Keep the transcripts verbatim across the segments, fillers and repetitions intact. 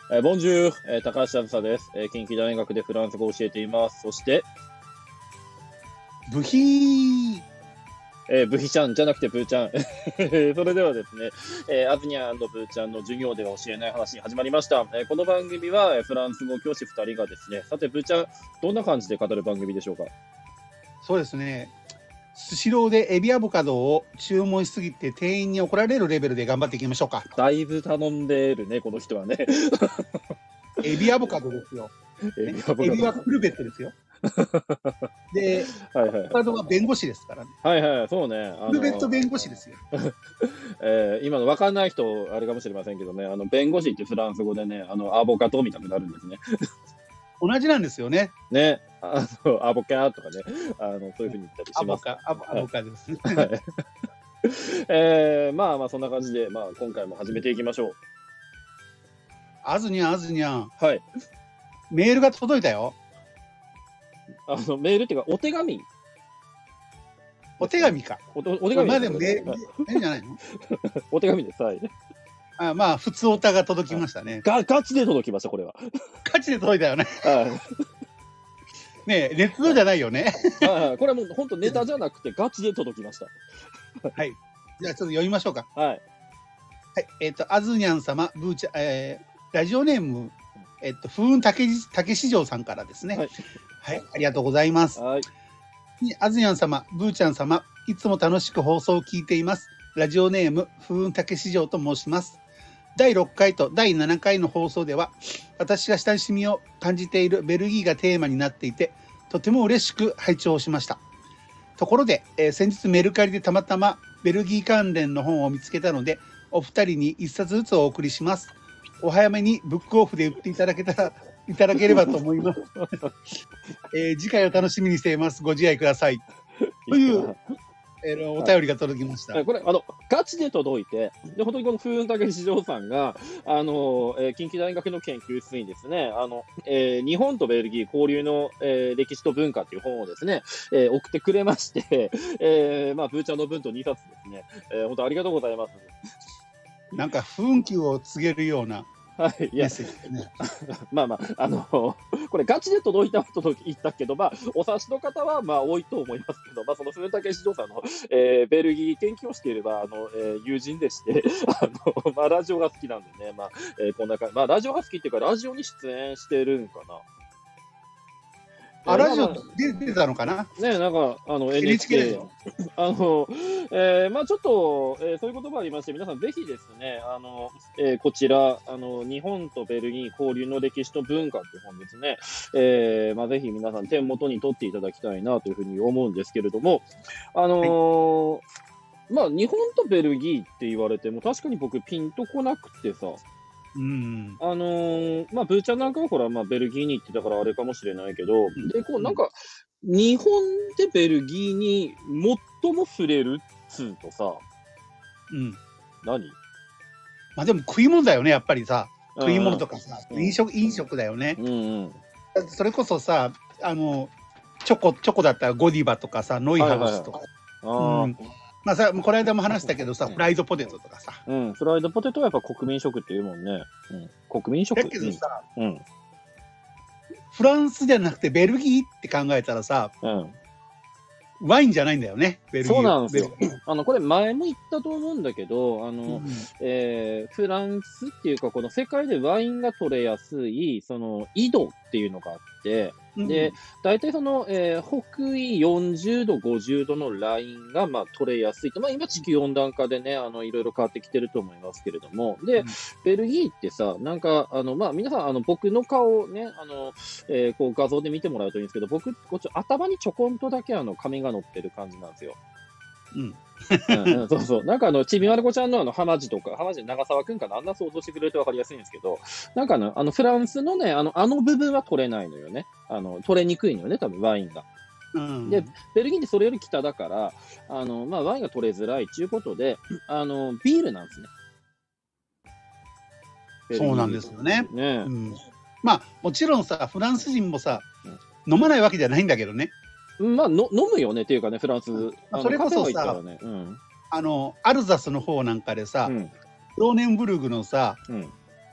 えー、ボンジュール、えー、高橋あずさです、えー。近畿大学でフランス語を教えています。そして、 ブヒー、 えー、ブヒちゃんじゃなくてブーちゃん。それではですね、えー、アズニャン&ブーちゃんの授業では教えない話に始まりました。えー、この番組は、えー、フランス語教師ふたりがですね、さてブーちゃん、どんな感じで語る番組でしょうか？ そうですね。スシローでエビアボカドを注文しすぎて店員に怒られるレベルで頑張っていきましょうか。 だいぶ頼んでるね、この人はね。 エビアボカドですよ。 エビアボカド。 エビはフルベットですよ。で、 はいはい、 アボカドは弁護士ですからね。 はいはい、そうね。あのフルベット弁護士ですよ。 えー、今の分かんない人、あれかもしれませんけどね、あの弁護士ってフランス語でね、あのアボカドみたいになるんですね。 同じなんですよね。 ね、あのアボカとかね、あのそういうふうに言ったりします。 アボカ、アボカですね。 はい、えー、まあまあそんな感じで、まあ今回も始めていきましょう。 あずにゃん、あずにゃん。 はい。 メールが届いたよ。 あのメールっていうかお手紙。 お手紙か。 おお手紙。 まあでもメールじゃないの？ お手紙です。はい。 あ、まあ普通おたが届きましたね。 がガチで届きましたこれは。 ガチで届いたよね。 はい。 ねえ、ネットじゃないよね。 はいはい。これはもう本当ネタじゃなくてガチで届きました。 はい。じゃあちょっと読みましょうか。 はい。 はい。えっ、ー、と、あずにゃん様、ブーちゃん、えー、ラジオネーム、えっ、ー、と、風雲竹竹市場さんからですね。はい。はい、ありがとうございます。はい。あずにゃん様、ブーちゃん様、いつも楽しく放送を聞いています。ラジオネーム、風雲竹市場と申します。だいろっかいとだいななかいの放送では、私が親しみを感じているベルギーがテーマになっていて、とても嬉しく拝聴しました。ところで、えー、先日メルカリでたまたまベルギー関連の本を見つけたので、お二人に一冊ずつお送りします。お早めにブックオフで売っていただけたらいただければと思います。えー、次回を楽しみにしています。ご自愛ください。という、えー、お便りが届きました。 はい、これあのガチで届いて、で本当にこの風雲竹市場さんがあの、えー、近畿大学の研究室にですね、あの、えー、日本とベルギー交流の、えー、歴史と文化という本をですね、えー、送ってくれまして、えー、まあブーちゃんの分とにさつですね、えー、本当ありがとうございます。 なんか雰囲気を告げるような。 はい、いや、ね、まあまあ、あのこれ、ガチで届いたと言ったけど、まあ、お察しの方はまあ多いと思いますけど、まあ、その風竹市場さんの、えー、ベルギー研究をしていれば、あのえー、友人でして、あのまあ、ラジオが好きなんでね、まあえー、こんな感じ、まあ、ラジオが好きっていうか、ラジオに出演してるんかな。 あ、ラジオ出てたのかなね、なんか、あの、エヌエイチケー、あの、えー、まあちょっと、えー、そういう言葉ありまして、皆さんぜひですね、あの、えー、こちら、あの、日本とベルギー交流の歴史と文化っていう本ですね、えー、まあぜひ皆さん手元に取っていただきたいなというふうに思うんですけれども、あのーはい、まあ日本とベルギーって言われても、確かに僕ピンとこなくてさ、 うん、 あのー、まあ、ブーちゃんなんかはほら、まあ、ベルギーに行ってたからあれかもしれないけど、うん、で、こう、なんか、日本でベルギーに最も触れるっつうとさ、 うん。 何？ まあでも食い物だよね、やっぱりさ。食い物とかさ、うん、飲食、飲食だよね。 うんうん。 それこそさ、あの、チョコ、チョコだったらゴディバとかさ、ノイハウスとか。はいはいはい、うん。まあさ、この間も話したけどさ、フライドポテトとかさ。 うん、フライドポテトはやっぱ国民食っていうもんね。うん、国民食だけどさ、 うん、 フランスじゃなくてベルギーって考えたらさ、うん、ワインじゃないんだよね、ベルギー。 そうなんですよ。あの、これ前も言ったと思うんだけど、あの、うん、えー、フランスっていうか、この世界でワインが取れやすい、その、緯度っていうのがあって、で、大体その、えー、北緯よんじゅうど、ごじゅうどのラインが、まあ、取れやすいと。まあ、今地球温暖化でね、あの、いろいろ変わってきてると思いますけれども。で、うん、ベルギーってさ、なんか、あの、まあ、皆さん、あの、僕の顔をね、あの、えー、こう画像で見てもらうといいんですけど、僕、こっち頭にちょこんとだけあの、髪が乗ってる感じなんですよ。 うん。 うんうん、そうそう。なんかあの、ちびまる子ちゃんのあの、浜地とか、浜地長沢くんかな、あんな想像してくれると分かりやすいんですけど、なんかね、あの、フランスのね、あの、あの部分は取れないのよね。あの、取れにくいのよね、多分、ワインが。うん、で、ベルギーってそれより北だから、あの、まあ、ワインが取れづらいということで、あの、ビールなんですね。 そうなんですよね。 ね、 うん。まあ、もちろんさ、フランス人もさ、うん、飲まないわけじゃないんだけどね。 まあの飲むよねっていうかね、フランス。 それこそさ、 ね、うん、 あのアルザスの方なんかでさ、うん、ローネンブルグのさ、うん、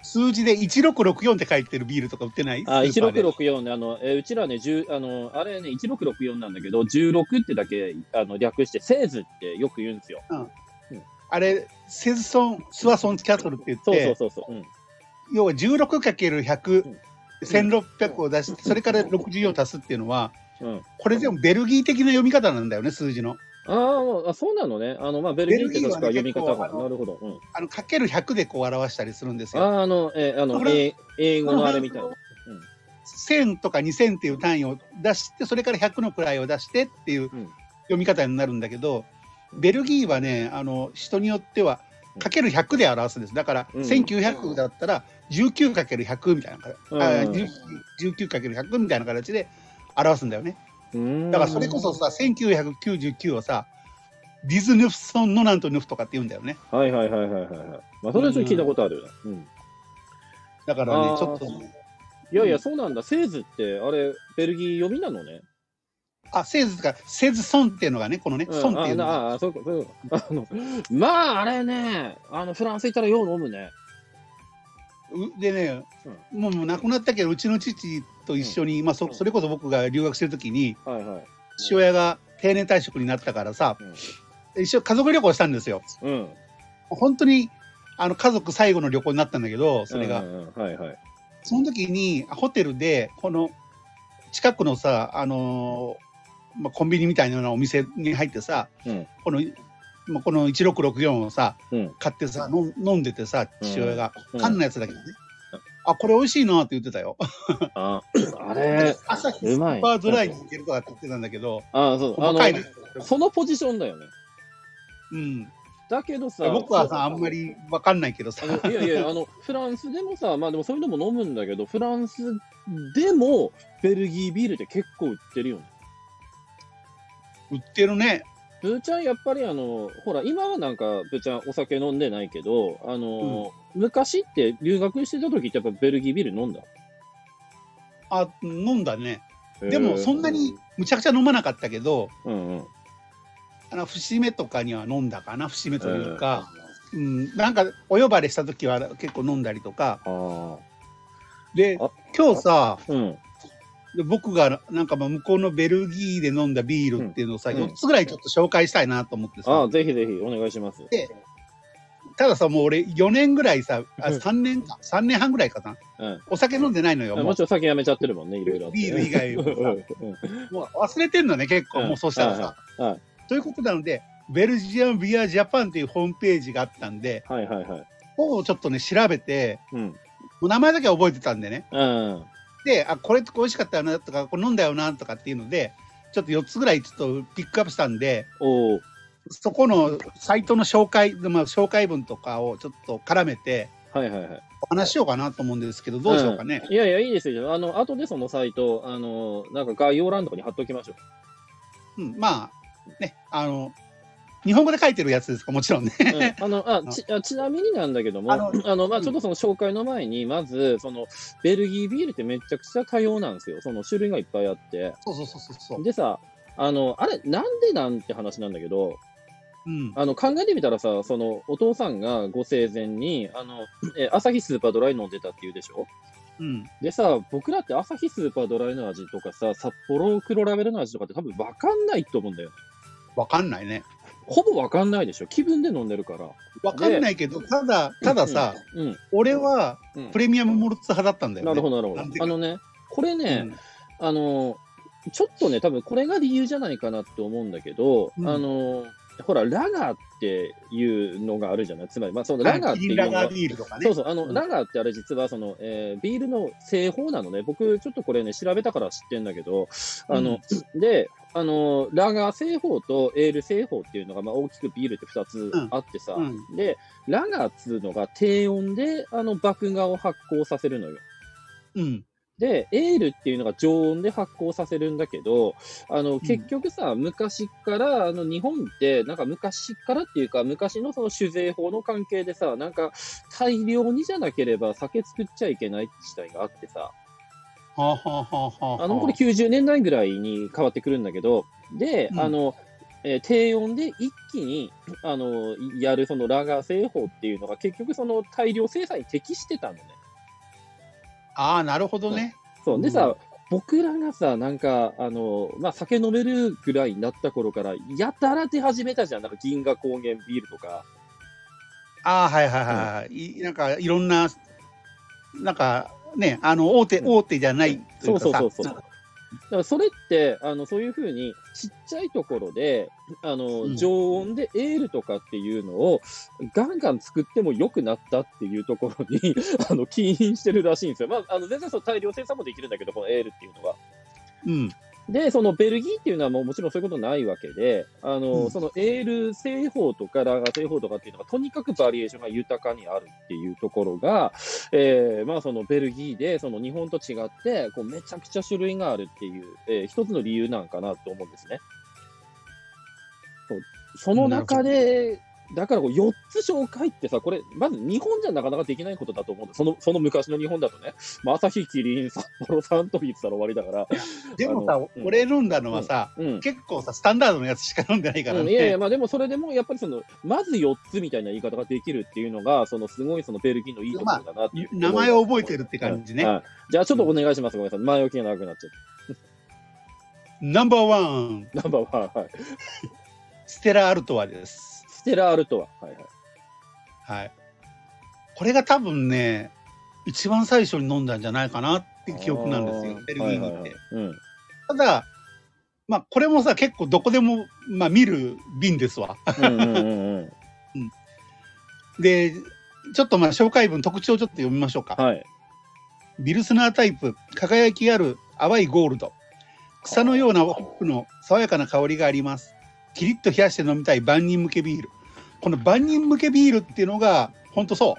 数字でいちろくろくよんって書いてるビールとか売ってない？ あ、いちろくろくよんね、あの、えーうちらね、いちあの、あれね、いちろくろくよんなんだけど、じゅうろくってだけ、あの、略して、セーズってよく言うんですよ。 うん。あれ、セズソン、スワソンキャトルって言って、 そうそうそうそう。うん、 要は じゅうろくかけるひゃく、 うんせんろっぴゃくを出して、それからろくじゅうよん足すっていうのは、 うん、 これでもベルギー的な読み方なんだよね、数字の。 ああ、そうなのね。あの、まあ、ベルギーって確か読み方が。 ね、 なるほど。うん。 あの、かけるひゃくでこう表したりするんですよ。 ああ、あの、えー、あの、英英語のあれみたいな。うん。 せんとかにせんっていう単位を出して、それからひゃくの位を出してっていう読み方になるんだけど、うん、ベルギーはね、あの、人によっては、かけるひゃくで表すんです。だから、うん、せんきゅうひゃくだったら、じゅうきゅうかけるひゃく みたいな、うん、あ じゅうきゅうかけるひゃく みたいな形で表すんだよね。だからそれこそさ、せんきゅうひゃくきゅうじゅうきゅうをさ、ディズヌフソンノナントヌフとかって言うんだよね。 はいはいはいはいはい。まあ、それはちょっと聞いたことある。うん。うん、 だからね、ちょっと。いやいや、そうなんだ。セーズって、あれ、ベルギー読みなのね。 あ、セーズとか、セーズソンっていうのがね、このね、ソンっていうのが。 ああ、そうか、そうか。あの、まあ、あれね、あの、フランス行ったらよう飲むね。 でね、うん、もう亡くなったけど、うちの父と一緒に、うん、まあそ、それこそ僕が留学してるときに、はいはい、父親が定年退職になったからさ、うん、一緒家族旅行したんですよ。うん、本当にあの家族最後の旅行になったんだけど、それが。その時に、ホテルで、この近くのさ、あのーまあ、コンビニみたいなようなお店に入ってさ、うん、この、このいちろくろくよんをさ、うん、買ってさ、飲んでてさ、父親が、うん、缶のやつだけどね。あ、これ美味しいなって言ってたよ。 あ、あれ、 朝日スーパードライに行けるとかって言ってたんだけど、 あ、そう、あの、そのポジションだよね。 うん。 だけどさ、 僕はさ、あんまりわかんないけどさ。 いやいや、あの、フランスでもさ、まあでもそういうのも飲むんだけど、フランスでもベルギービールって結構売ってるよね。 売ってるね。 ブーちゃん、やっぱりあの、ほら、今はなんか、ブーちゃんお酒飲んでないけど、あの、うん、昔って留学してた時ってやっぱベルギービール飲んだ？ あ、飲んだね。でもそんなにむちゃくちゃ飲まなかったけど、うんうん、あの節目とかには飲んだかな、節目というか、うん、なんかお呼ばれした時は結構飲んだりとか。で、今日さ、うん、で僕がなんかまあ向こうのベルギーで飲んだビールっていうのをさ、うん、よっつぐらいちょっと紹介したいなと思ってさ。 ああ、ぜひぜひお願いします。 で、たださ、もう俺よねんぐらいさ、あさんねんか、さんねんはんぐらいかな、うん、お酒飲んでないのよ。 もちろん酒やめちゃってるもんね、いろいろ。 ビール以外をさ、もう忘れてんのね、結構、うん、もうそうしたらさ。はいはい、ということなので、ベルジアンビアジャパンっていうホームページがあったんで、はいはいはい、をちょっとね、調べて、うん、もう名前だけ覚えてたんでね。うんで、あ、これって美味しかったよなとか、これ飲んだよなとかっていうので、ちょっとよっつぐらいちょっとピックアップしたんで、おそこのサイトの紹介、まあ、紹介文とかをちょっと絡めて、はいはいはい。お話しようかなと思うんですけど、どうでしょうかね。 うん、いやいや、いいですよ。あの、後でそのサイト、あの、なんか概要欄とかに貼っておきましょう。うん、まあ、ね、あの、日本語で書いてるやつですか、もちろんね。 うん、あのあ ち, あちなみになんだけども、あのあの、まあ、ちょっとその紹介の前に、まず、そのベルギービールってめちゃくちゃ多様なんですよ。その種類がいっぱいあって。 そうそうそうそう。 でさ、あの、あれ、なんでなんて話なんだけど、うん、あの考えてみたらさ、そのお父さんがご生前に、あのえアサヒスーパードライ飲んでたっていうでしょ。うん、でさ、僕らってアサヒスーパードライの味とかさ、札幌黒ラベルの味とかって多分分かんないと思うんだよね。 分かんないね。 ほぼ分かんないでしょ。気分で飲んでるから。 分かんないけど、ただ、たださ、うんうん、俺はプレミアムモルツ派だったんだよね。 なるほど、なるほど。あのね、これね、うん、あの、ちょっとね、多分これが理由じゃないかなって思うんだけど、うん、あの、ほら、ラガーっていうのがあるじゃない。つまり、まあ、そのラガーっていうのは、 ラガービールとかね。 そうそう、あの、うん、ラガーってあれ実は、その、えー、ビールの製法なのね。僕、ちょっとこれね、調べたから知ってんだけど、あの、うん、で、あの、ラガー製法とエール製法っていうのが、まあ、大きくビールってふたつあってさ、うんうん、で、ラガーっつうのが低温で、あの、麦芽を発酵させるのよ。うん。で、エールっていうのが常温で発酵させるんだけど、あの、結局さ、うん、昔から、あの、日本って、なんか昔からっていうか、昔のその酒税法の関係でさ、なんか、大量にじゃなければ酒作っちゃいけないって時代があってさ、 はあはあはあはあ、 あの、これきゅうじゅうねんだいぐらいに変わってくるんだけど、で、うん、あの、えー、低温で一気に、あの、やるそのラガー製法っていうのが結局その大量生産に適してたのね。 ああ、なるほどね。 そう。でさ、僕らがさ、なんか、あの、まあ、酒飲めるぐらいになった頃から、やたら出始めたじゃん。なんか、銀河高原ビールとか。 ああ、はいはいはい。いなんか、いろんな、なんか、ね、あの、大手、大手じゃないというかさ。 そうそうそうそう。だからそれって、あの、そういうふうに、ちっちゃいところで、あの、 うん常温でエールとかっていうのを、ガンガン作っても良くなったっていうところに、あの、起因してるらしいんですよ。まあ、あの、全然そう大量生産もできるんだけど、このエールっていうのは。 うん。 で、そのベルギーっていうのはもうもちろんそういうことないわけで、あの、 うんそのエール製法とかラガー製法とかっていうのが、とにかくバリエーションが豊かにあるっていうところが、えー、まあそのベルギーで、その日本と違って、こうめちゃくちゃ種類があるっていう、えー、一つの理由なんかなと思うんですね。そうその中で、だからこうよっつ紹介ってさ、これ、まず日本じゃなかなかできないことだと思うんだ。その、その昔の日本だとね、まあ、朝日、キリン、札幌、サントリーって言ったら終わりだから。 でもさ、 うん俺飲んだのはさ、 うんうん結構さ、スタンダードのやつしか飲んでないからね。 うん、いやいや、まあでもそれでも、やっぱりその、まずよっつみたいな言い方ができるっていうのが、そのすごいそのベルギーのいいところだなっていう、 名前を覚えてるって感じね。 はいはいじゃあちょっとお願いします。ごめんなさい。前置きが長くなっちゃって。 ナンバーワン、 ナンバーワン、はい。 ステラ・アルトワです。 ステラアルトワ。はいはい。 はい。これが多分ね、一番最初に飲んだんじゃないかなって記憶なんですよ、ベルギーに行って。ただ、まあ、これもさ、結構どこでも、まあ、見る瓶ですわ。で、ちょっとまあ、紹介文、特徴をちょっと読みましょうか。 はい。 ビルスナータイプ、輝きある淡いゴールド。草のようなホップの爽やかな香りがあります。キリッと冷やして飲みたい万人向けビール。この万人向けビールっていうのが、本当そう。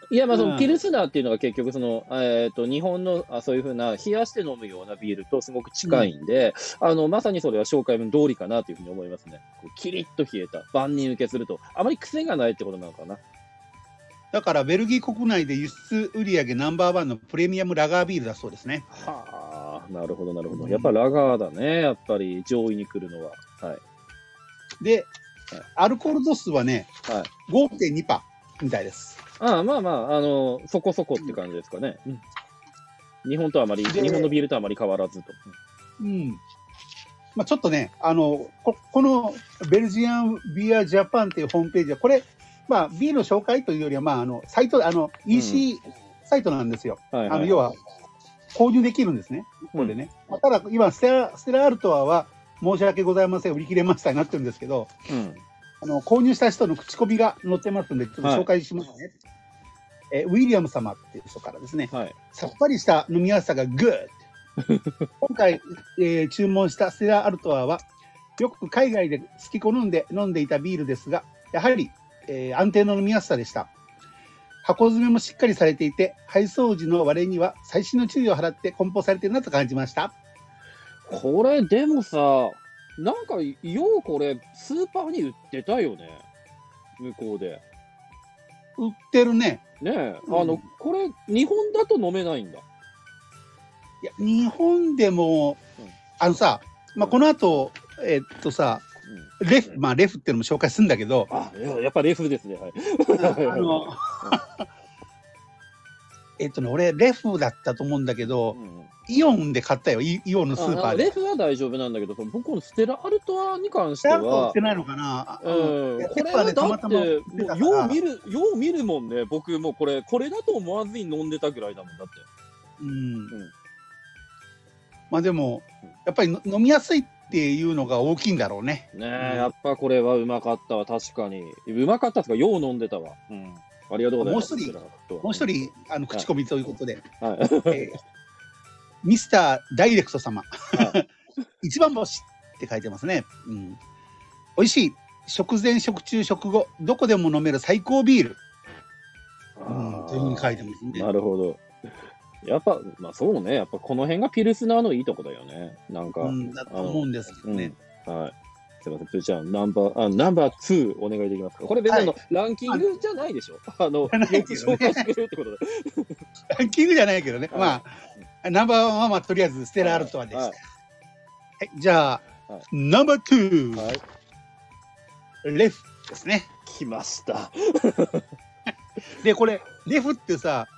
いや、まあ、そのピルスナーっていうのが結局、その、えっと、日本の、あそういうふうな、冷やして飲むようなビールとすごく近いんで、うん、あの、まさにそれは紹介文通りかなというふうに思いますね。こうキリッと冷えた、万人受けすると、あまり癖がないってことなのかな。 だから、ベルギー国内で輸出売上ナンバーワンのプレミアムラガービールだそうですね。 はあ、なるほど、なるほど。やっぱラガーだね、やっぱり上位に来るのは。はい。 で、はい、アルコール度数はね、はい、ごてんにパーセント みたいです。 ああ、まあまあ、あの、そこそこって感じですかね。うん、日本とあまり、日本のビールとあまり変わらずと。 うん。まあちょっとね、あの、こ、このベルジアンビアジャパンっていうホームページは、これ、まあビールの紹介というよりは、まああの、サイト、あの、イーシー サイトなんですよ。うんはいはい、あの、要は、購入できるんですね。ここでね。うん、ただ、今、ステラ、ステラアルトワは、申し訳ございません、売り切れましたになってるんですけど、うん、あの購入した人の口コミが載ってますんで、ちょっと紹介しますね。はい、えウィリアム様っていう人からですね、はい、さっぱりした飲みやすさがグッド。今回、えー、注文したステラアルトワは、よく海外で好き好んで飲んでいたビールですが、やはり、えー、安定の飲みやすさでした。箱詰めもしっかりされていて、配送時の割れには細心の注意を払って梱包されているなと感じました。 これ、でもさ、なんか、ようこれ、スーパーに売ってたよね。向こうで。 売ってるね。 ねえ。うん、あの、これ、日本だと飲めないんだ。 いや、日本でも、うん、あのさ、まあ、この後、えー、っとさ、うん、レフ、まあ、レフっていうのも紹介するんだけど。 あ、やっぱレフですね。はい。あの、 えっとね、俺、レフだったと思うんだけど、うんイオンで買ったよ、イオンのスーパーで。 レフは大丈夫なんだけど、僕のステラアルトワに関しては。ステラアルトワ売ってないのかなうん。これはだって、よう見る、よう見るもんね。僕もこれ、これだと思わずに飲んでたぐらいだもんだって。 うん。うん、まあでも、やっぱり飲みやすいっていうのが大きいんだろうね。 ねえ、うん、やっぱこれはうまかったわ、確かに。うまかったっていうか、よう飲んでたわ。うん。ありがとうございます。 もう一人、もう一人、あの、口コミということで。はい。はいえーミスターダイレクト様。一番星って書いてますね。うん。美味しい。食前、食中、食後、どこでも飲める最高ビール。うん、というふうに書いてますね。 なるほど。やっぱ、まあそうね。やっぱこの辺がピルスナーのいいとこだよね。なんか。 うん、だと思うんですけどね。 うん、はい。すみません、プーちゃん、ナンバー、あ、ナンバーツーお願いできますか。これ別にあの、はい、ランキングじゃないでしょ。あの、よく紹介してくれるってことで。 ランキングじゃないけどね。はい、まあ。ナンバーワンは、まあ、とりあえずステラアルトワです。はい。はい、じゃあ、はい、ナンバーツー、はい、レフですね。 来ました。 で、これ、レフってさ、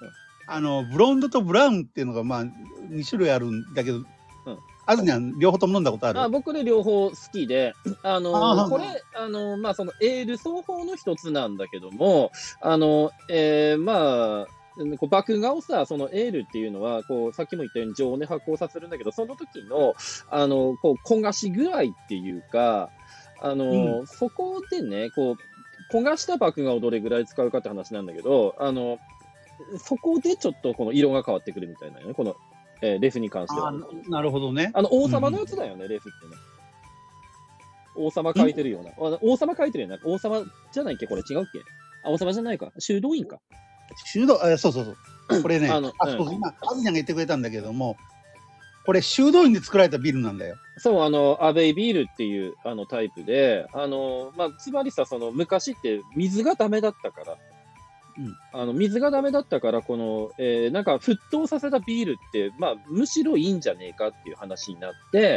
あのブロンドとブラウンっていうのがまあに種類あるんだけど、あずにゃん両方とも飲んだことある？ あ、僕で両方好きで、あのー、これあのー、まあそのエール双方の一つなんだけども、あの、えー、まあこう麦芽をさ、そのエールっていうのはこうさっきも言ったように常温で発酵させるんだけど、その時のあのこう焦がし具合っていうか、あの、うん、そこでね、こう焦がした麦芽をどれぐらい使うかって話なんだけど、あのそこでちょっとこの色が変わってくるみたいなよね、この。えー、レフに関しては。 なるほどね。 あの、王様のやつだよね、うん、レフってね。王様書いてるような。王様書いてるような。王様じゃないっけこれ違うっけあ、王様じゃないか。修道院か。 修道、あ、そうそうそう。これね、あの、あ、そう、今、あずちゃんが言ってくれたんだけども、これ修道院で作られたビールなんだよ。 そう、あの、アベイビールっていうあのタイプで、あの、まあ、つまりさ、その、昔って水がダメだったから、うん、あの水がダメだったから、この、えー、なんか沸騰させたビールって、まあ、むしろいいんじゃねえかっていう話になって、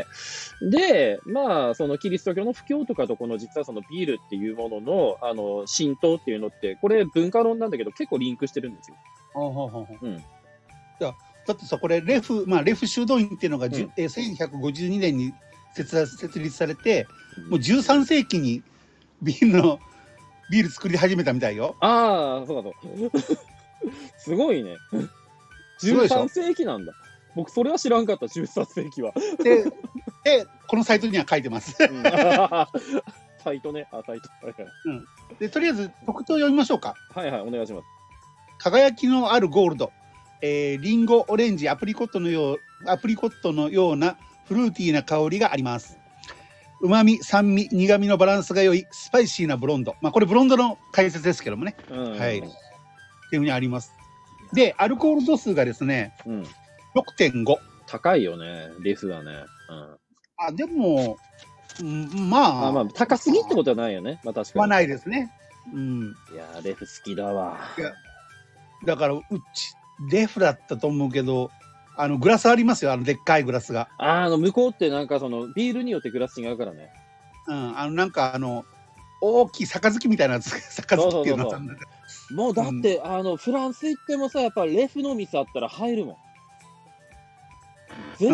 で、まあ、そのキリスト教の布教とかと、この実はそのビールっていうものの、あの、浸透っていうのって、これ文化論なんだけど、結構リンクしてるんですよ。 あははうん。いや、だってさ、これ、レフ、まあ、レフ修道院っていうのが、うん、えー、せんひゃくごじゅうにねんに設立されて、もうじゅうさんせいきにビールの、ビール作り始めたみたいよ。 ああ、そうだそう。すごいね。じゅうさんせいきなんだ。僕、それは知らんかった、じゅうさんせいきは。 で、でこのサイトには書いてます。うん、 サイトね。あ、サイト。 うん、でとりあえず、特徴を読みましょうか。 はいはい、お願いします。 輝きのあるゴールド、えー、リンゴ、オレンジ、アプリコットのよう、アプリコットのようなフルーティーな香りがあります。うまみ、酸味、苦みのバランスが良いスパイシーなブロンド。まあ、これブロンドの解説ですけどもね。はい。っていうふうにあります。で、アルコール度数がですね、うん、ろくてんご。 高いよね、レフはね。うん、 あ、でも、うん、まあ。 あまあ、高すぎってことはないよね。まあ、確かに。 はないですね。うん。 いや、レフ好きだわ。 いや、だから、うち、レフだったと思うけど、あのグラスありますよ、あのでっかいグラスが。 あの向こうってなんかそのビールによってグラス違うからね。 うん、あのなんかあの大きい杯みたいな杯っていうのなんだ。 もうだって、うん、あのフランス行ってもさ、やっぱレフの店あったら入るもん。 うん、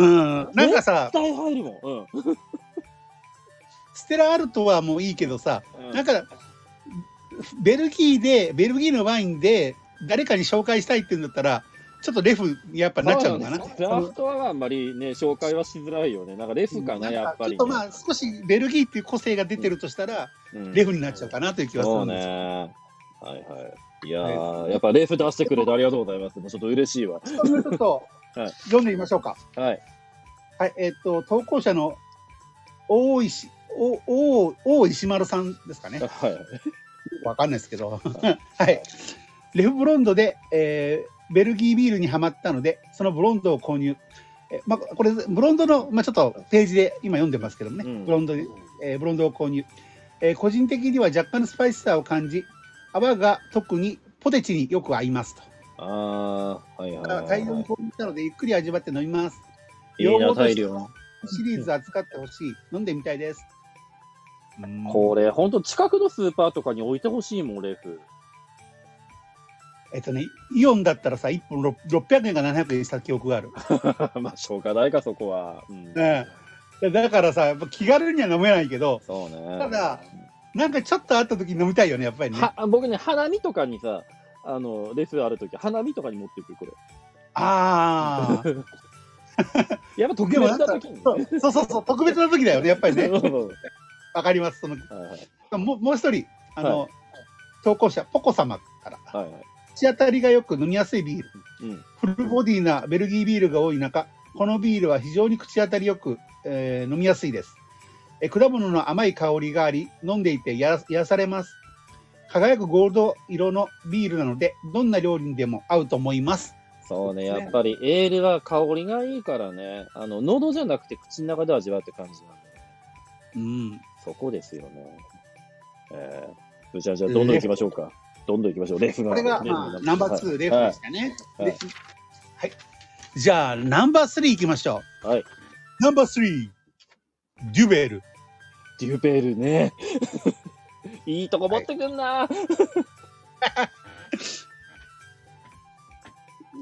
なんかさ、 絶対入るもん。うん、 ステラアルトはもういいけどさ、うん、なんかベルギーでベルギーのワインで誰かに紹介したいって言うんだったら。ちょっとレフやっぱなっちゃうのかな。 クラフトはあんまりね紹介はしづらいよね。なんかレフかな、やっぱり、ね。 ちょっとまあ少しベルギーっていう個性が出てるとしたら、うん、レフになっちゃうかなという気はするんですよ。 ね、はいはい。いやー、はい、やっぱレフ出してくれてありがとうございます。もうちょっと嬉しいわ。 ちょっとはい、読んでみましょうか。 はい。 はい、えー、っと投稿者の大石大大石丸さんですかね。 はい。 わかんないですけど、はい。レフブロンドで。えーベルギービールにはまったので、そのブロンドを購入。えまあ、これ、ブロンドの、まあ、ちょっとページで今読んでますけどもね、うん、ブロンド、えー、ブロンドを購入、えー。個人的には若干のスパイスさを感じ、泡が特にポテチによく合いますと。 ああ、はいはい、はい。 大量に購入したので、ゆっくり味わって飲みます。 いいな、大量。 シリーズ扱ってほしい。飲んでみたいです。 これ、本当近くのスーパーとかに置いてほしいもん、レフ。 えっとね、イオンだったらさ、いっぽんろっぴゃくえんかななひゃくえんした記憶がある。 まあ、しょうがないか、そこは。うんね、だからさ、やっぱ気軽には飲めないけど、 そうね、 ただ、なんかちょっと会った時に飲みたいよね、やっぱりね。 は僕ね、花見とかにさ、あのレフある時、花見とかに持っていく、これ。 ああ。 やっぱ特別な時に、ね、 そうそうそう、特別な時だよね、やっぱりね。わかります、その。はいはい、ももう一人、あの、はい、投稿者、ポコ様から。はいはい、口当たりがよく飲みやすいビール、うん、フルボディなベルギービールが多い中、このビールは非常に口当たりよく、えー、飲みやすいです。え果物の甘い香りがあり、飲んでいてや癒されます。輝くゴールド色のビールなので、どんな料理にでも合うと思います。 そうね、やっぱりエールは香りがいいからね、あの喉じゃなくて口の中で味わうって感じなんで、ね、 うん、 そこですよね。えー、じゃあじゃあどんどん行きましょうか。どんどん行きましょう。レフが。 これが、まあ、ナンバーツー、レフでしたね。はい。はいはい、じゃあ、ナンバースリー行きましょう。はい。 ナンバースリー、デュベール。 デュベールね。いいとこ持ってくんな。 はい、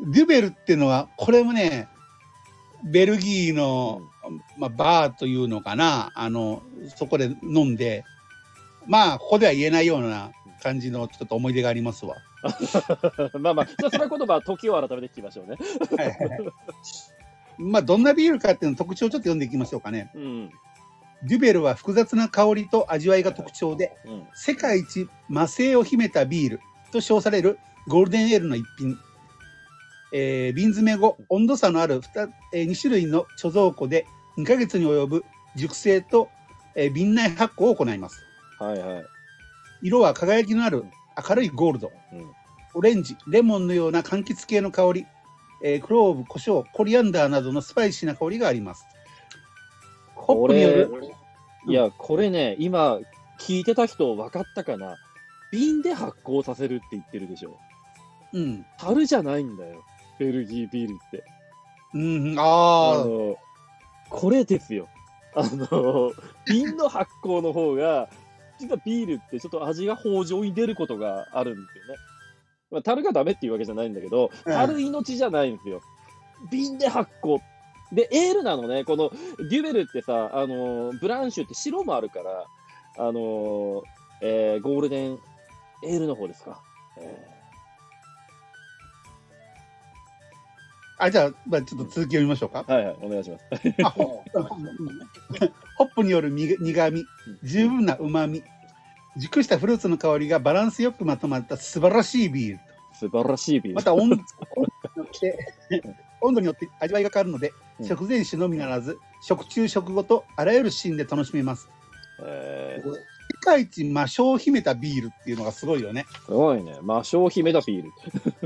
デュベルっていうのは、これもね、ベルギーの、うん、まあ、バーというのかな、あの、そこで飲んで、まあ、ここでは言えないような感じのちょっと思い出がありますわ。 まあまあ、じゃあその言葉は時を改めて聞きましょうね。はいはいはい。 まあ、どんなビールかっていうの特徴をちょっと読んでいきましょうかね。うん、デュベルは複雑な香りと味わいが特徴で、うん、世界一魔性を秘めたビールと称されるゴールデンエールの一品。えー、瓶詰め後、温度差のある 2, えー、に種類の貯蔵庫でにかげつに及ぶ熟成と、えー、瓶内発酵を行います。はいはい、色は輝きのある明るいゴールド、うん、オレンジ、レモンのような柑橘系の香り、えー、クローブ、胡椒、コリアンダーなどのスパイシーな香りがあります。 ホップによる、いや、これね、今聞いてた人分かったかな。瓶で発酵させるって言ってるでしょ。うん。樽じゃないんだよ。ベルギービールって。うん、ああの、これですよ。あの、瓶の発酵の方が、実はビールってちょっと味が豊穣に出ることがあるんですよね。まあ、樽がダメっていうわけじゃないんだけど、樽命じゃないんですよ。瓶で発酵。で、エールなのね、このデュベルってさ、あの、ブランシュって白もあるから、あの、えー、ゴールデンエールの方ですか。えーあ、じゃあ、まあ、ちょっと続き読みましょうか。 はいはい、お願いします。 ホップによる苦み、十分な旨み、熟したフルーツの香りがバランスよくまとまった素晴らしいビール。 素晴らしいビール。 また温度によって温度によって味わいが変わるので、うん、食前酒のみならず、食中食後とあらゆるシーンで楽しめます。えー、世界一魔性を秘めたビールっていうのがすごいよね。 すごいね。魔性を秘めたビール。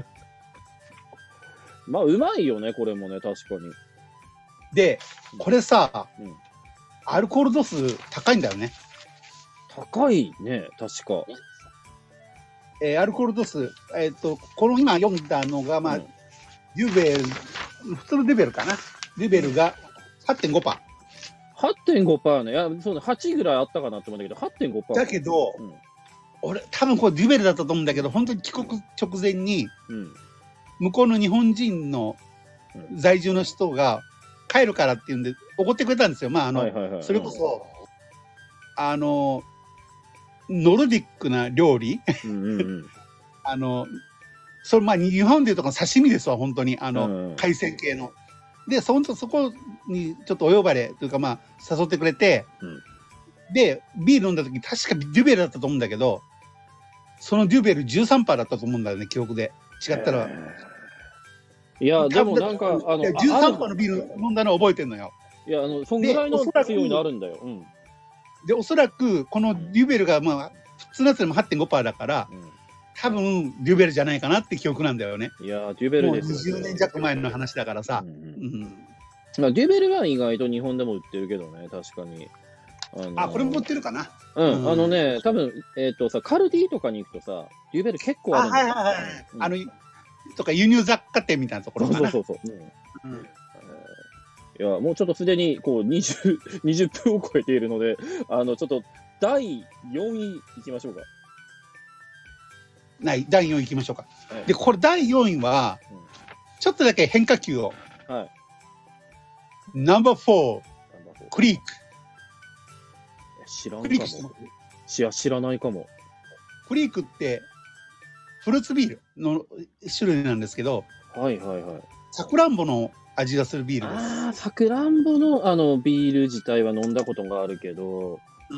まあ、うまいよね、これもね、確かに。 で、これさ、うん、アルコール度数高いんだよね。 高いね、確か。 えー、アルコール度数、えっ、ー、と、この今読んだのが、まあ、うん、デュベル、普通のデュベルかな。デュベルが はちてんごパーセント。 はちてんごパーセント ね。いや、そうね、はちぐらいあったかなって思うんだけど、はちてんごパーセント。 だけど、うん、俺、多分これデュベルだったと思うんだけど、本当に帰国直前に、うん、向こうの日本人の在住の人が帰るからっていうんで怒ってくれたんですよ。まああの、はいはいはい、それこそ、うん、あのノルディックな料理、うんうんうん、あのそれまあ日本でいうとこの刺身ですわ本当にあの、うんうん、海鮮系の。でそそこにちょっとお呼ばれというかまあ誘ってくれて、うん、でビール飲んだ時確かデュベルだったと思うんだけど、そのデュベル じゅうさんパーセント だったと思うんだよね記憶で。違ったら。 いや、でもなんか、 あの、じゅうさんパーのビール飲んだの覚えてんのよ。 いや、あの、そんぐらいの強いのあるんだよ。うん、 で、おそらく、このデュベルが、まあ、普通のやつでも はちてんごパーセント だから、うん、多分、デュベルじゃないかなって記憶なんだよね。 いや、デュベルですよ、ね。 もうにじゅうねん弱前の話だからさ。うんうんうんまあ、デュベルは意外と日本でも売ってるけどね、確かに。 あ, のー、あこれも売ってるかな。 うん、うん、あのね、多分えっ、ー、とさ、カルディとかに行くとさ、デュベル結構あるんだよ。 あ、はいはいはい。うん、あの、とか輸入雑貨店みたいなところかな。 そうそうそうそう。うんうんいや、もうちょっとすでにこうにじゅう、にじゅっぷんを超えているので、あの、ちょっとだいよんいいきましょうか。 ない、だいよんいいきましょうか。はい、で、これだいよんいは、うん、ちょっとだけ変化球を。はい。ナンバーフォー、クリーク。 知らんかも。いや、知らないかも。 クリークって、フルーツビールの種類なんですけど、 はいはいはい。 さくらんぼの味がするビールです。 ああ、さくらんぼのあのビール自体は飲んだことがあるけど、 うん、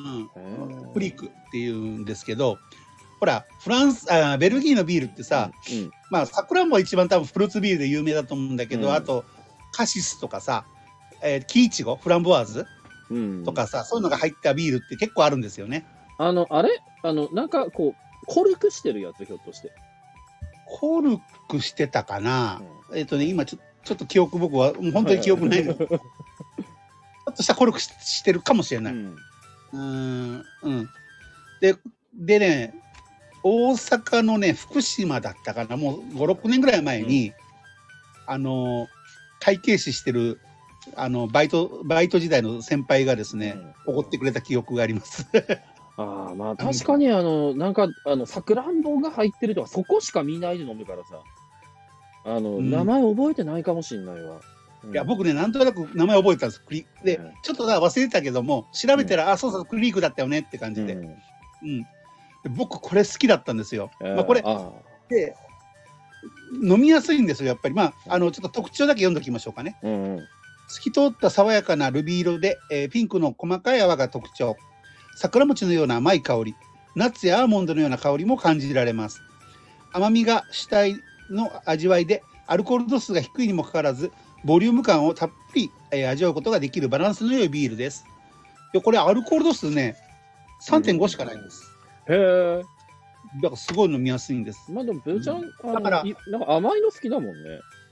クリークっていうんですけど、ほらフランスあベルギーのビールってさ、うんうん、まあさくらんぼは一番多分フルーツビールで有名だと思うんだけど、うん、あとカシスとかさ、えー、木いちごフランボワーズ、うん、とかさ、そういうのが入ったビールって結構あるんですよね。 あのあれあのなんかこうコルクしてるやつひょっとして。 コルクしてたかな、うん、えっ、ー、とね今ちょっとちょっと記憶僕はもう本当に記憶ないの。ちょっとしたコルク し, してるかもしれない。うん、うーん、うん。で、でね、大阪のね、福島だったかな、もうご、ろくねんぐらい前に、うん、あの、会計士してる、あの、バイト、バイト時代の先輩がですね、おご、うん、ってくれた記憶があります。 ああ、まあ確かにあの、なんか、あの、さくらんぼが入ってるとか、そこしか見ないで飲むからさ。 あの、 うん名前覚えてないかもしんないわ。 いや、僕ね、なんとなく名前覚えてたんです。クリで、 うんちょっとだ忘れてたけども、調べたら、あ、そうそう、クリークだったよねって感じで。 うん。 うん。で僕、これ好きだったんですよ。 えーまあ、これ、 あで、飲みやすいんですよ、やっぱり。まあ、あの、ちょっと特徴だけ読んでおきましょうかね。 ーうんうん。 透き通った爽やかなルビー色で、えーピンクの細かい泡が特徴。桜餅のような甘い香り。ナッツやアーモンドのような香りも感じられます。甘みが主体の味わいで、アルコール度数が低いにもかかわらず、ボリューム感をたっぷり、えー味わうことができるバランスの良いビールです。いやこれアルコール度数ね、さんてんごしかないんです。 へえ。 だからすごい飲みやすいんです。 まあでも、ブーちゃん、あのだからいなんか甘いの好きだもんね。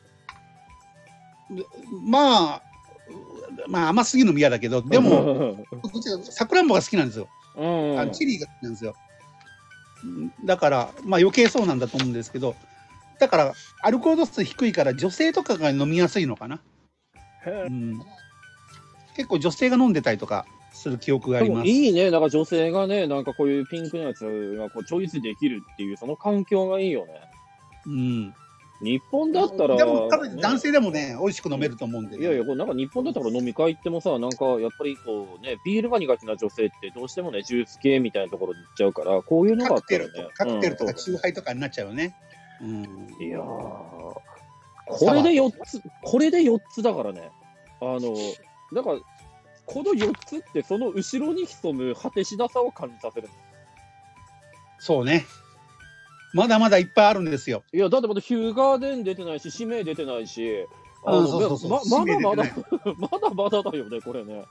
まあ、まあ甘すぎるのも嫌だけど、でも、さくらんぼが好きなんですよ。 うん、 あのチリが好きなんですよ。だから、まあ余計そうなんだと思うんですけど、だからアルコール度数低いから女性とかが飲みやすいのかな。 へえうん、結構女性が飲んでたりとかする記憶がありでもます。 いいね、なんか女性がね、なんかこういうピンクのやつがこうチョイスできるっていう、その環境がいいよね。 うん。 日本だったら、 でも多分ね男性でもね、美味しく飲めると思うんで、ね。 いやいや、これなんか日本だったら飲み会行ってもさ、なんかやっぱりこうね、ビールが苦手な女性ってどうしてもね、ジュース系みたいなところに行っちゃうから、こういうのがあカクテったらね。 ルとか、カクテルとかうんチューハイとかになっちゃうよね。うん。 いやー、これでよっつ、これでよっつだからね。あの、だから、このよっつってその後ろに潜む果てしなさを感じさせるの。 そうね。まだまだいっぱいあるんですよ。 いや、だってまだヒューガーデン出てないし、指名出てないし、あのうんそうそうそうままだまだ指、 まだまだだよね、これね。 い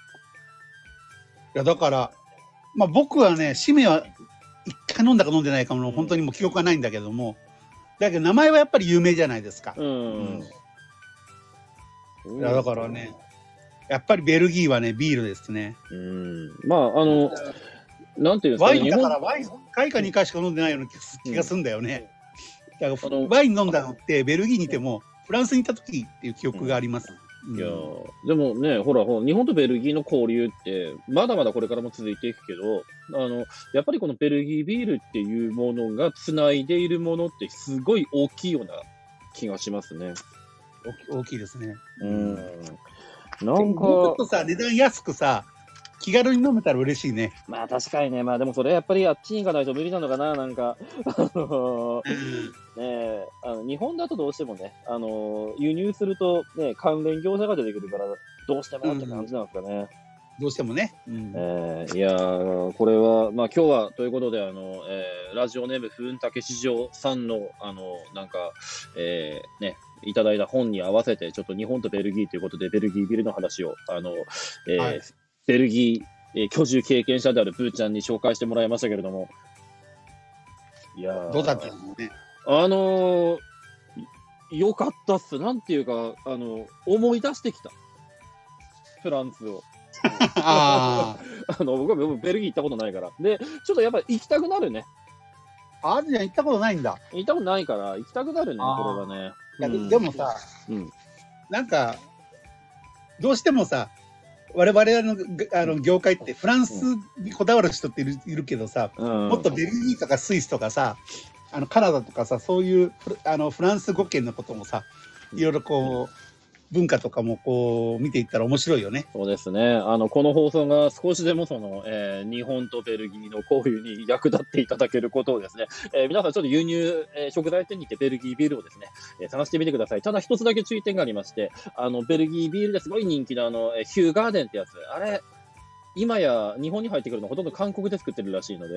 やだから、まあ僕はね、シメは一回飲んだか飲んでないかも、本当にもう記憶がないんだけども、だけど名前はやっぱり有名じゃないですか。 うん。 いやだからね、やっぱりベルギーはね、ビールですね。 うん。まあ、あの、なんていうんですかね、 ワインだか日らワインいっかいかにかいしか飲んでないような気がす気がするんだよね。だかあのらワイン飲んだのってベルギーにいてもフランスに行った時っていう記憶があります。うんいやーでもね、ほら、ほら日本とベルギーの交流って、まだまだこれからも続いていくけど、あの、やっぱりこのベルギービールっていうものがつないでいるものってすごい大きいような気がしますね。 大き大きいですね。 うん。なもうちんか、 ょっとさ、値段安くさ、気軽に飲めたら嬉しいね。 まあ確かにね、まあでもそれやっぱりあっちに行かないと無理なのかな、なんか。あのーねえ、あの日本だとどうしてもね、あのー輸入するとね、関連業者が出てくるから、どうしてもって感じなんですかね。 どうしてもね。うんえーいやー、これは、まあ今日はということで、あの、えーラジオネーム、ふんたけしじょうさんの、あの、なんか、えーね、いただいた本に合わせて、ちょっと日本とベルギーということで、ベルギービルの話を、あの、えーはいベルギー、えー居住経験者であるブーちゃんに紹介してもらいましたけれども、いやーどうだったのね。 あのー、よかったっす。なんていうか、あの、思い出してきた。フランスを。 ああの、僕は僕ベルギー行ったことないから。で、ちょっとやっぱり行きたくなるね。 あ、アジア行ったことないんだ。 行ったことないから、行きたくなるね、 あーこれはね。 いやでうんでもさ、 うんなんか、どうしてもさ、我々のあの業界ってフランスにこだわる人っているいるけどさ、 うん、 もっとベルギーとかスイスとかさ、あのカナダとかさ、そういうフラあのフランス語圏のこともさ、いろいろこう、文化とかもこう見ていったら面白いよね。 そうですね。あの、この放送が少しでもその、えー日本とベルギーの交流に役立っていただけることをですね、えー皆さんちょっと輸入、えー食材店に行ってベルギービールをですね、えー探してみてください。ただ一つだけ注意点がありまして、あの、ベルギービールですごい人気のあの、えーヒューガーデンってやつ、あれ、今や日本に入ってくるのほとんど韓国で作ってるらしいので、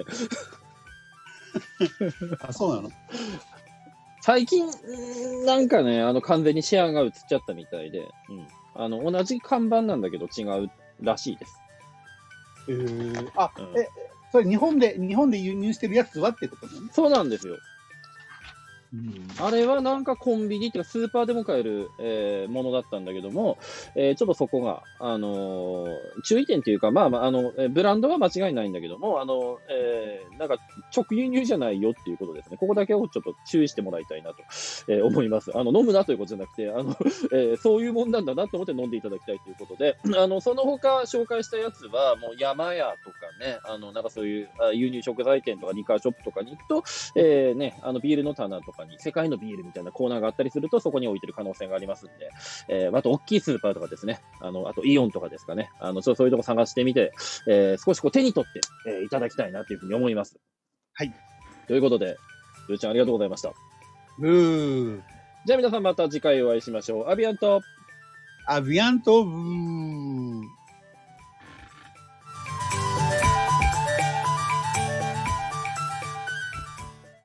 あ、そうなの。 最近、うーんなんかね、あの、完全にシェアが移っちゃったみたいで、うん。あの、同じ看板なんだけど違うらしいです。 えー、あ、 うんえ、それ日本で日本で輸入してるやつはってことね。 そうなんですよ。 うんあれはなんかコンビニっていうかスーパーでも買える、えーものだったんだけども、えーちょっとそこが、あのー注意点というか、まあまあ、あの、えーブランドは間違いないんだけども、あの、えーなんかなんか直輸入じゃないよっていうことですね。ここだけをちょっと注意してもらいたいなと、えー、思います。あの、飲むなということじゃなくて、あの、えー、そういうもんなんだなと思って飲んでいただきたいということで、あの、その他紹介したやつは、もう山屋とかね、あの、なんかそういうあ輸入食材店とかリカーショップとかに行くと、えー、ね、あの、ビールの棚とかに世界のビールみたいなコーナーがあったりすると、そこに置いてる可能性がありますんで、えー、あと大きいスーパーとかですね、あの、あとイオンとかですかね、あの、そうそういうとこ探してみて、えー、少しこう手に取って、えー、いただきたいなというふうに思います。 はい。 ということで、ブーちゃんありがとうございました。 うー。 じゃあ皆さんまた次回お会いしましょう。アビアント。 アビアントブー。